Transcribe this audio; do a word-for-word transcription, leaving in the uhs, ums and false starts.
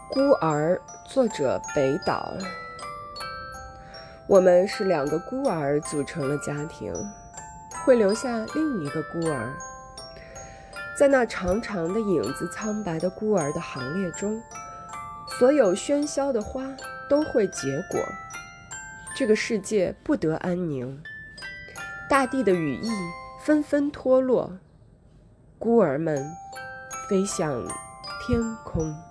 孤儿，作者北岛。我们是两个孤儿组成了家庭，会留下另一个孤儿。在那长长的影子苍白的孤儿的行列中，所有喧嚣的花都会结果。这个世界不得安宁，大地的羽翼纷纷脱落，孤儿们飞向天空。